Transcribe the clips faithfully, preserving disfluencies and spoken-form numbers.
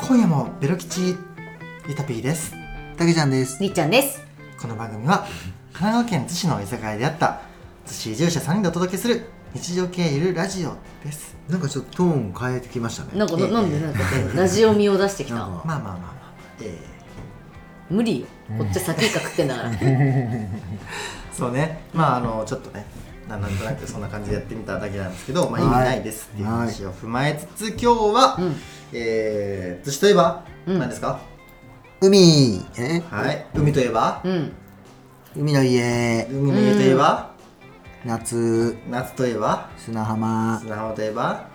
今夜もベロ吉ゆたぴーです。 たけちゃんです。 りっちゃんです。 この番組は神奈川県逗子の居酒屋であった逗子移住者さんにんでお届けする日常系ゆるラジオです。 なんかちょっとトーン変えてきましたね。 なんか、えー、なんでなんかラジオ味を出してきた。まあまあまあまあまあ、えー、無理よ、こっち先か食ってんだからそうね、まああのちょっとねなんとなくそんな感じでやってみただけなんですけど、まあ意味ないですっていう話を踏まえつつ、今日は、うんえー、逗子といえば、うん、何ですか？ 海。えはい、海といえば、うん、 海の家。 海の家といえば、 うん、夏。 夏といえば砂浜。 砂浜といえば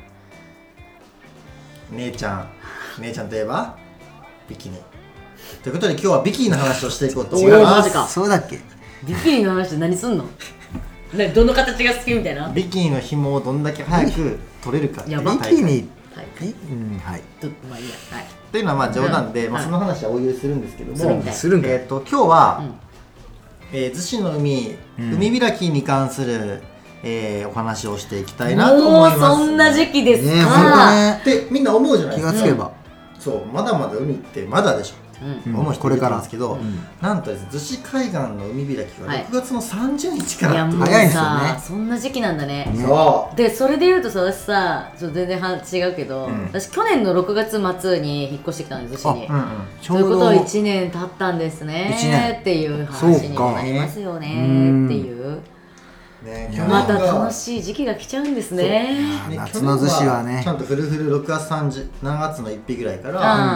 姉ちゃん。姉ちゃんといえばビキニ。ということで今日はビキニの話をしていこうと思います。 そうだっけ？ ビキニの話って何すんの？どの形が好きみたいな？ ビキニの紐をどんだけ早く取れるかっていうビキニ、 はい、 うんはい。 とまあいいや、はい。 というのはまあ冗談で、うんまあ、その話はお許しするんですけども、 するんかい。 えっと今日は、うんえー、逗子の海、うん、海開きに関する、えー、お話をしていきたいなと思います。 もうそんな時期ですか？ ね、ってみんな思うじゃないですか。 気がつけば、 うん、そうまだまだ海ってまだでしょ。うん、思う人いるんですけど、 うん、 なんとですね、逗子海岸の海開きがろくがつのさんじゅうにちから、 はい、いや早いんですよね。 そんな時期なんだね。 そうでそれでいうとさ、私さちょっと全然違うけど、うん、私去年のろくがつ末に引っ越してきたんです、逗子に。うんうん、ということはいちねん経ったんですねっていう話になりますよねっていう。 ね、 また楽しい時期が来ちゃうんですね。 ね夏の逗子はね、 ちゃんとフルフルろくがつさんじゅう、しちがつのいっぴぐらいから、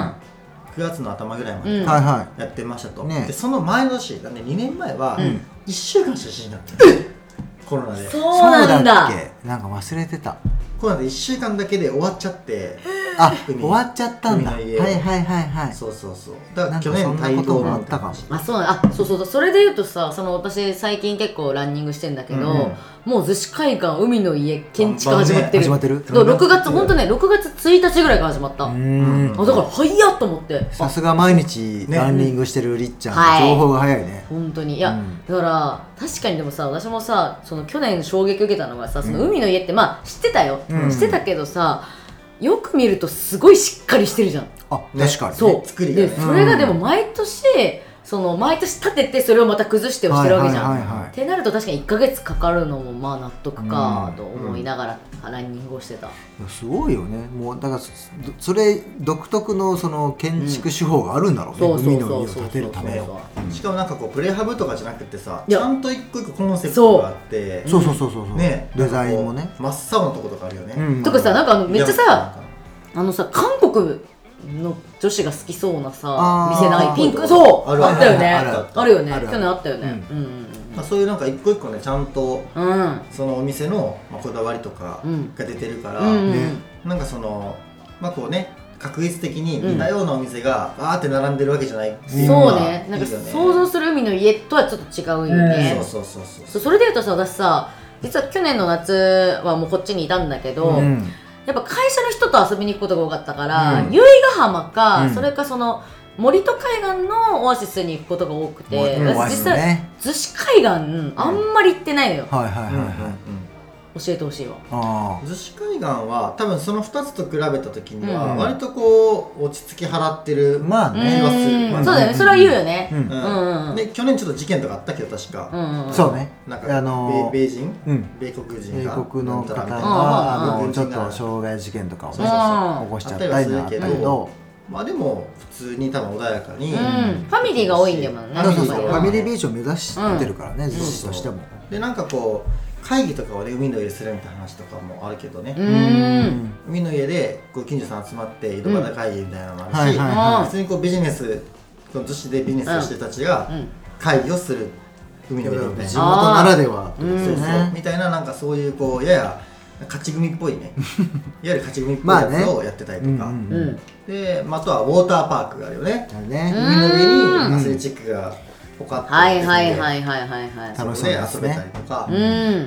うんくがつの頭ぐらいまでやってましたと、うんね、でその前の年がねにねんまえはいっしゅうかんしかしなかった、うん、コロナで。 そうなんだっけ。なんか忘れてた。 コロナでいっしゅうかんだけで終わっちゃって、 あ終わっちゃったんだ。はいはいはいはい。 そうそうそう。だから去年帯同もあったかも。 あそうあそうそうそれで言うとさ、その私最近結構ランニングしてんだけど、うんうん、もう逗子海岸海の家建築始まってる。 始まってる。 ろくがつ本当ねろくがつついたちぐらいから始まった。うんあだから早っと思って。 さすが毎日ランニングしてるりっちゃん、ね、情報が早いね。 本当にいや、うん、だから確かにでもさ私もさその去年衝撃受けたのがさ、その海の家ってまあ知ってたよ、うん、知ってたけどさよく見るとすごいしっかりしてるじゃん。 あ確かに、ね、 そう作りがね。 でそれがでも毎年その毎年立ててそれをまた崩してをしてるわけじゃん、はいはいはいはい、ってなると確かにいっかげつかかるのもまあ納得かと思いながらランニングをしてた。 すごいよね。もうだからそれ独特のその建築手法があるんだろうね、うん、海の家を建てるための。 しかもなんかこうプレハブとかじゃなくてさ、ちゃんと一個一個コンセプトがあって、 そうそうそうそうそう、 ね、 デザインもね真っ青なとことかあるよね、 うん、とかさなんかめっちゃさあのさ韓国の女子が好きそうなさ店ないピンクそうあったよね。あるよね。去年あったよね。うんうんうんまあ、そういうなんか一個一個ねちゃんと、うん、そのお店の、まあ、こだわりとかが出てるから、うんね、なんかそのまあこうね確率的に似たようなお店がバーって並んでるわけじゃないっていうのがいいよね。 そうね。なんか想像する海の家とはちょっと違うよね。 うん、そうそうそうそう。 それでいうとさ私さ実は去年の夏はもうこっちにいたんだけど。うんやっぱ会社の人と遊びに行くことが多かったから、うん、由比ヶ浜か、うん、それかその森戸海岸のオアシスに行くことが多くて、うん、私実際、ね、逗子海岸あんまり行ってないのよ、 うん、はいはいはいはい、 教えてほしいわ。 逗子海岸は多分そのふたつと比べた時には割とこう落ち着き払ってる気はする、 まあ、そうだよね。それは言うよね、うんうんうん、で去年ちょっと事件とかあったけど確か、 うんうん、そうねなんか、あのー、米人、うん、米国人が米国の方がちょっと傷害事件とかを、ね、起こしちゃったりはあったけど、 まあでも普通に多分穏やかに、うん、 ファミリーが多いんだもんね。 そうそうそうファミリービーチを目指してるからね、逗子としても。 でなんかこう会議とかをね海の家するみたいな話とかもあるけどね、 うん海の家でこう近所さん集まって井戸端会議みたいなのもあるし、うんはいはいはい、普通にこうビジネス逗子でビジネスをしてる人たちが会議をする海の家みたいな、 地元ならではそうそうみたいななんかそういうこうやや勝ち組っぽいねいわゆる勝ち組っぽいやつをやってたりとか、まあねうんうん、で、まあ、あとはウォーターパークがあるよね、 ね海の上にアスレチックがポカッとはいはいはいはいはいはい楽しそうで遊べたりとか、うん、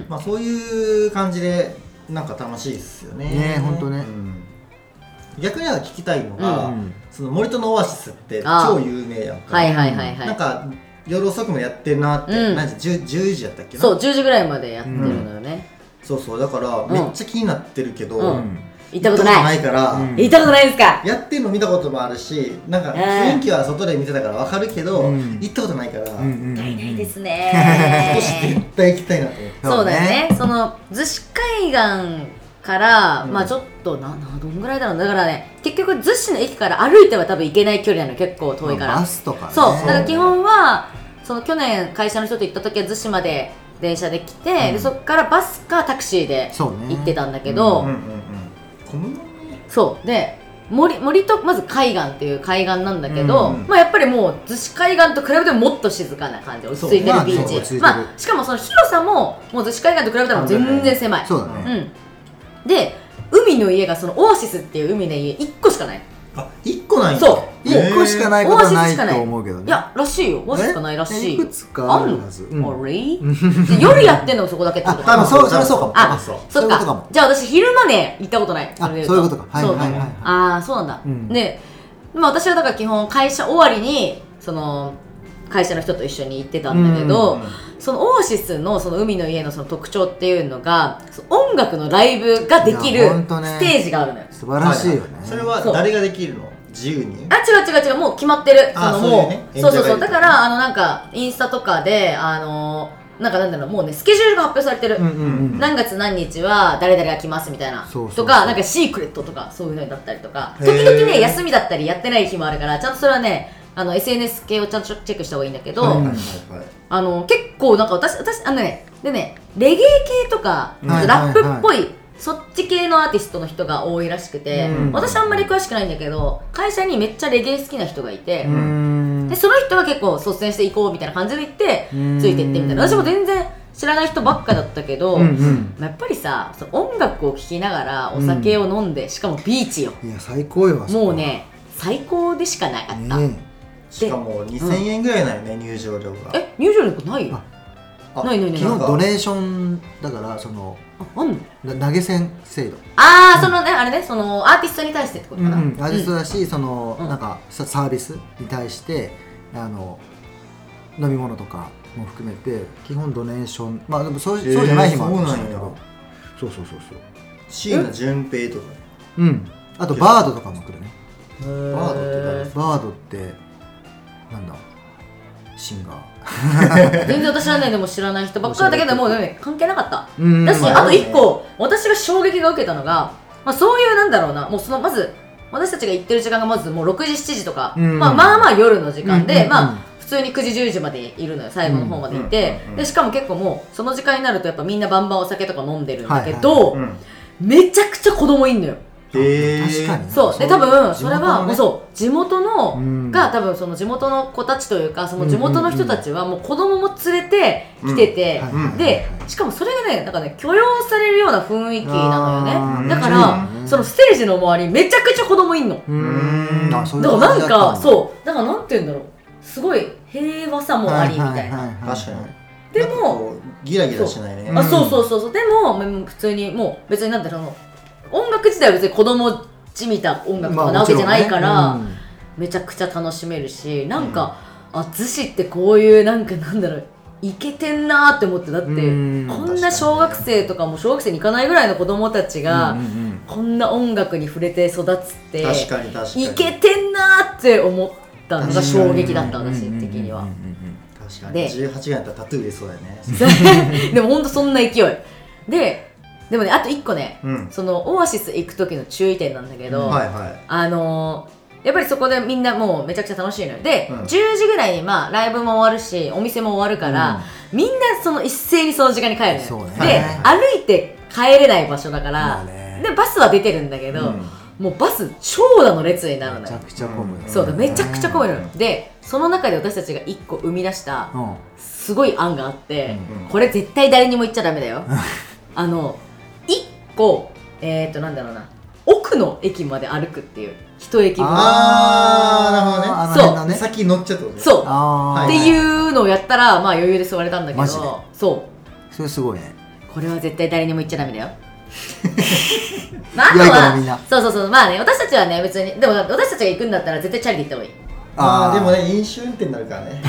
まあそういう感じでなんか楽しいですよね。 ね本当ね、うん、 逆には聞きたいのが、うん、その森戸のオアシスって超有名やんか。 はいはいはいはい。 なんか夜遅くまでやってるなって、うん、何時 10, じゅうじやったっけな。 そうじゅうじぐらいまでやってるのよね。 うん、そうそうだからめっちゃ気になってるけど、うん、 行ったことない。 ないから、 うん、行ったことないですか。 やってるの見たこともあるし、なんか雰囲気は外で見てたから分かるけど、うん、行ったことないから、 ないないですね。 少し絶対行きたいなと思って。 そうだよね。その逗子海岸から、うん、まあちょっとななどんぐらいだろう。だからね、結局逗子の駅から歩いては多分行けない距離なの、結構遠いから。 バスとかね。 そう。だから基本はその去年会社の人と行った時は逗子まで電車で来て、うん、でそこからバスかタクシーで行ってたんだけど、そうで森森とまず海岸っていう海岸なんだけど、うんうん、まあやっぱりもう逗子海岸と比べてももっと静かな感じ、落ち着いてるビーチ、まあ、まあしかもその広さももう逗子海岸と比べたら全然狭い。 そうだね、 うん、で海の家がそのオアシスっていう海の家いっこしかない。 あ、いっこないんだ。そう、 いっこしかないことはないと思うけどね。 いや、らしいよ。オアシスしかないらしい。 いくつかあるはず。 あれ？夜やってんのそこだけってことか。 あ、そう、それそうかも。 あ、そっか。じゃあ私昼間ね行ったことない。 あ、そういうことか。はいはいはい。 ああ、そうなんだ。で、まあ私はだから基本会社終わりにその会社の人と一緒に行ってたんだけど、そのオアシスのその海の家のその特徴っていうのが、音楽のライブができるステージがあるのよ。 素晴らしいよね。 それは誰ができるの？自由に？ あ、違う違う違う、もう決まってる。 そのもう、そうそうそう。だからあのなんかインスタとかであのなんかなんだろう、もうねスケジュールが発表されてる。何月何日は誰々が来ますみたいなとか、なんかシークレットとかそういうのだったりとか、時々ね休みだったりやってない日もあるから、ちゃんとそれはね。あの エスエヌエス 系をちゃんとチェックした方がいいんだけど、はいはいはい、あの結構なんか私私あのねでねレゲエ系とか、はいはいはい、ラップっぽいそっち系のアーティストの人が多いらしくて、うん、私あんまり詳しくないんだけど会社にめっちゃレゲエ好きな人がいて、うん、でその人が結構率先して行こうみたいな感じで行ってついてってみたいな。私も全然知らない人ばっかだったけど、うんうん、やっぱりさその音楽を聴きながらお酒を飲んで、うん、しかもビーチよ。 いや最高よ。 もうね最高でしかなかった、ね。 しかもにせんえんぐらいなよね、うん、入場料が。 え、入場料ないよ。ないないない。 基本ドネーションだからそのあ、あんの投げ銭制度。 ああ、うん、そのねあれねそのアーティストに対してってことかな。うん、 アーティストだし、うん、その、うん、なんかサービスに対してあの飲み物とかも含めて基本ドネーション、まあでもそう、えー、そうじゃない日もあるかもしれないけど。そうそうそうそう。 椎名純平とか。 うん。あとバードとかも来るね。 バードって誰？ バードってなんだシンガー全然私はねでも知らない人ばっかりだけどもうね関係なかった。だしあと一個私が衝撃が受けたのが、まあ、そういうなんだろうなもうそのまず私たちが行ってる時間がまずもうろくじしちじとか、まあ、まあまあ夜の時間で、まあ普通にくじじゅうじまでいるのよ最後の方までいて、でしかも結構もうその時間になるとやっぱみんなバンバンお酒とか飲んでるんだけど、めちゃくちゃ子供いんのよ。 へ確かにそうで多分それはもうそう地元のが多分その地元の子たちというかその地元の人たちはもう子供も連れて来てて、でしかもそれがねなんかね許容されるような雰囲気なのよね。だからそのステージの周りめちゃくちゃ子供いんの。 うんだからなんかそうだからなんて言うんだろうすごい平和さもありみたいな。 確かに。 でもギラギラしないね。 あそうそうそうそうでも普通にもう別になんだろう音楽自体は別に子供じみた音楽とかなわけじゃないから、まあねうん、めちゃくちゃ楽しめるしなんか、うん、あ逗子ってこういうなんかなんだろうイケてんなーって思ってだってこんな小学生とかも小学生に行かないぐらいの子供たちが、うんうんうん、こんな音楽に触れて育つって確かに確かにイケてんなーって思ったのが衝撃だった私的には。 確かにじゅうはちがやったらタトゥー入れそうだよねでもほんとそんな勢いででもねあといっこね、うん、そのオアシス行く時の注意点なんだけど、うんはいはい、あのー、やっぱりそこでみんなもうめちゃくちゃ楽しいのよで、うん、じゅうじぐらいにまあライブも終わるしお店も終わるから、うん、みんなその一斉にその時間に帰るのよ、そうね、で歩いて帰れない場所だから、まあね、でバスは出てるんだけど、うん、もうバス長蛇の列になるのよ。 めちゃくちゃ混む、 うん、そうだめちゃくちゃ混むのよ、うん、でその中で私たちがいっこ生み出したすごい案があって、うん、これ絶対誰にも言っちゃダメだよあのいっこえーとなんだろうな奥の駅まで歩くっていう一駅分あーなるほどねそうね先乗っちゃったことねそうあっていうのをやったらまあ余裕で座れたんだけどそうそれすごいねこれは絶対誰にも言っちゃダメだよまあ、あとはみんなそうそうそうまあね私たちはね別にでも私たちが行くんだったら絶対チャリで行った方がいい。 ああでもね飲酒運転になるからね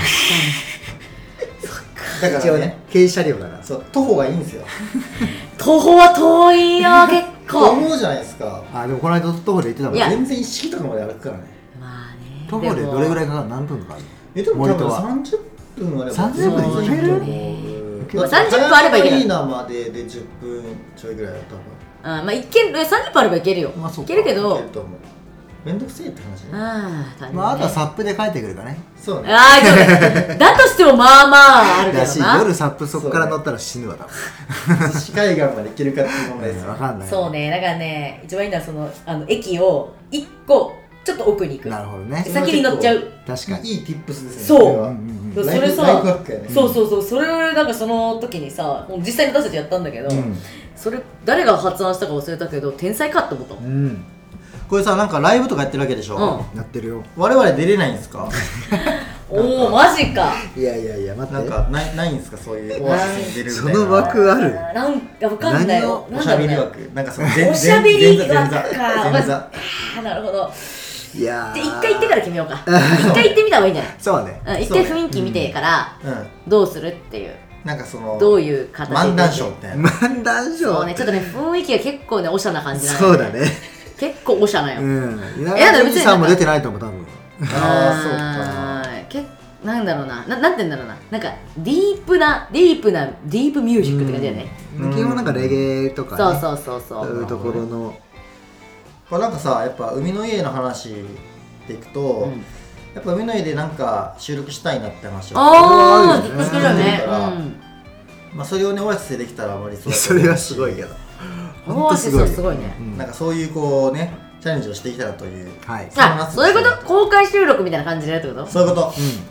だからね軽車両だからそう徒歩がいいんですよ徒歩は遠いよ結と思うじゃないですか。 あでもこの間徒歩で行ってたもん。 全然一式とかまで歩くからね。 まあね。 徒歩でどれぐらいかかる？何分かかる？ えでも多分さんじゅっぷんあればさんじゅっぷんいける？ まあさんじゅっぷんあればいける。 アリーナまででじゅっぷんちょいぐらいだ多分。 あまあいける、さんじゅっぷんあればいけるよ。まあそういけるけど。 めんどくせえって話ね。 ああ、 まああとはサップで帰ってくるかね。 そうね。 ああ、そうね。だとしてもまあまああるけどな。 夜サップそこから乗ったら死ぬわ多分。 逗子海岸まで行けるかっていう問題ですよ。 わかんない。 そうね。だからね、一番いいのはそのあの駅を一個ちょっと奥に行く。 なるほどね。 先に乗っちゃう。 確かに。 いい tips ですね。 そう。それさ、そうそうそう、それなんかその時にさ、実際に私たちやったんだけど、それ誰が発案したか忘れたけど天才かって思った。うん。 これさ、なんかライブとかやってるわけでしょ。 うん、やってるよ。 我々出れないんですか？ おお、マジか。 いやいやいや、待って。 なんかないないんですか、そういうオアシスに出るみたいな。 その枠ある。 なんかわかんないよ。 おしゃべり枠。なんかそのおしゃべり枠か。 ああ、なるほど。 いやー。一回行ってから決めようか。一回行ってみた方がいいんじゃない？ そうね。 一回雰囲気見てからどうするっていう。 なんかそのどういう形で。 漫談ショーみたいな。 漫談ショー。 そうね、ちょっとね雰囲気が結構ねおしゃな感じなんで。そうだね。 結構おしゃなよ。 うん。稲垣さんも出てないと思う多分。 ああ、そうか。 けなんだろうな、ななんて言うんだろうな、なんかディープなディープなディープミュージックって感じだよね。 基本なんかレゲエとかそうそうそうそう。 そういうところの。 これなんかさ、やっぱ海の家の話でいくと、やっぱ海の家でなんか収録したいなって話を。 ああ、好きだね。 まあそれをねオアシスでできたらあまりそう。 それはすごいけど。 オアシスはすごいね。 なんかそういうこうねチャレンジをしていきたらという。 はい。 あ、そういうこと？公開収録みたいな感じでやるってこと？ そういうこと。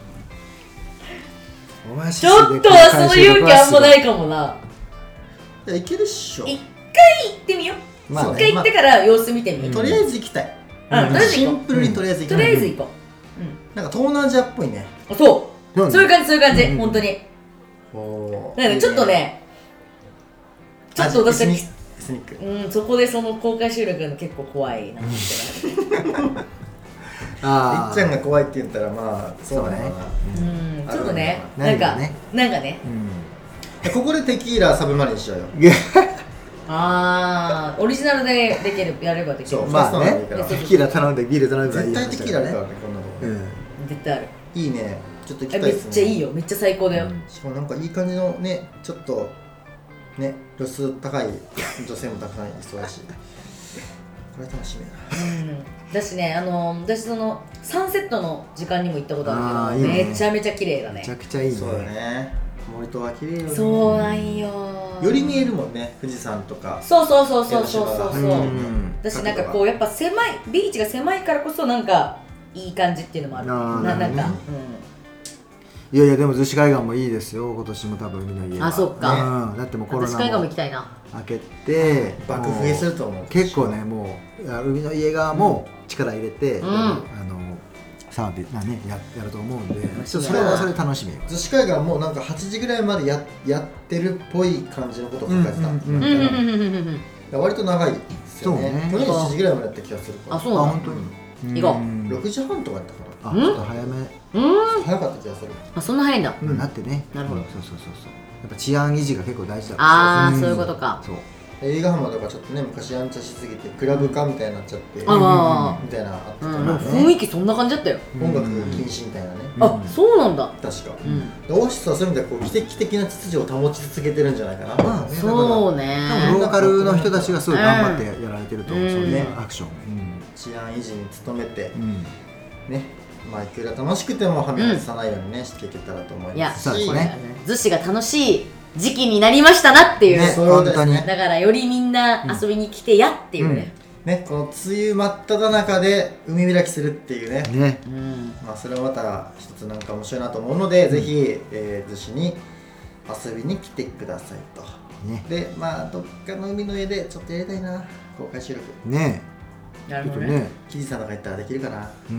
うん。 ちょっとはそういう気あんまないかもな。 いやいけるっしょ。 一回行ってみよう。一回行ってから様子見てみ。 とりあえず行きたい。シンプルにとりあえず行きたい。 とりあえず行こう。なんか東南アジアっぽいね。 そう。そういう感じそういう感じ本当に。 おお。 なんかちょっとね。ちょっと私うん、 そこでその公開収録の結構怖いなってああ、いっちゃんが怖いって言ったらまあそうね。 うん、ちょっとね、なんかなんかね。 ここでテキーラサブマリンしようよ。 ああ、オリジナルでできるやればできる。 そう、まあね。テキーラ頼んでビール頼んで絶対テキーラあるからね、こんなの。 うん、絶対ある。 いいね。ちょっと行きたいですね。 めっちゃいいよ、めっちゃ最高だよ。 しかもなんかいい感じのね、ちょっとね、露出高い女性もたくさんいそうだし、これ楽しみやな。うん、だしね、あの私そのサンセットの時間にも行ったことあるけど、いいね、めちゃめちゃ綺麗だね。 めちゃくちゃいいね。 そうだね。森戸は綺麗よね。 そうなんよ。 より見えるもんね、富士山とか。 そうそうそうそうそうそうそう。だしなんかこうやっぱ狭いビーチが狭いからこそなんかいい感じっていうのもある。ななんか。うんいやいやでも逗子海岸もいいですよ今年も多分海の家は。 あそっか、 うん、だってもうコロナも逗子海岸も行きたいな明けて爆増えすると思う。 結構ねもう海の家側も力入れて、うん、あのサービスなね や, やると思うんで、うん、それはそれ楽しみよ。 逗子海岸もなんかはちじぐらいまで や, やってるっぽい感じのことを書かれてた。割と長いですよね。去年しちじぐらいまでやった気がするから。 あそうなんだ。 本当に行こう。 ろくじはんとかやったから。 あ、ちょっと早め。 早かった気がする。 あ、そんな早いんだ。 うん、だってね。 なるほど。 そうそうそうそう。やっぱ治安維持が結構大事だ。 ああ、そういうことか。 そう。 映画浜とかちょっとね昔やんちゃしすぎてクラブ化みたいになっちゃってあみたいなあったから雰囲気そんな感じだったよ。 音楽禁止みたいなね。 あ、そうなんだ。 確か。オアシスはそういう意味では奇跡的な秩序を保ち続けてるんじゃないかな。 まあそうね。 多分ローカルの人たちがすごい頑張ってやられてると思う。そういうアクション。 治安維持に努めてね。まあいくら楽しくてもはみ出さないようにねしていけたらと思いますし、 逗子が楽しい時期になりましたなっていう。 そうですね。 だからよりみんな遊びに来てやっていうね。 ね、この梅雨真っ只中で海開きするっていうね。 ね。 まあそれはまた一つなんか面白いなと思うので、ぜひ逗子に遊びに来てくださいと。で、まあどっかの海の家でちょっとやりたいな公開収録。 ね。 なるほどね。 キジさんとか行ったらできるかな。 うん。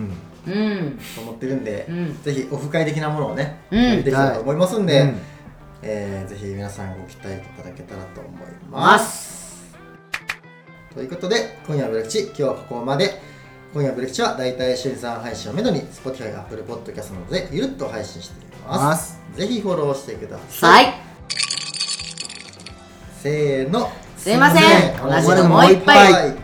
と思ってるんで、 うん、 ぜひオフ会的なものをね、うん、やりできたらと思いますんで、うん、えー、ぜひ皆さんご期待いただけたらと思います。ということで、今夜はブレクチ、今日はここまで。今夜はブレクチはだいたい週さん配信をめどに Spotify、Apple Podcast などでゆるっと配信しています。ぜひフォローしてください。 はい、 せーの。 すいません、同じのもう一杯。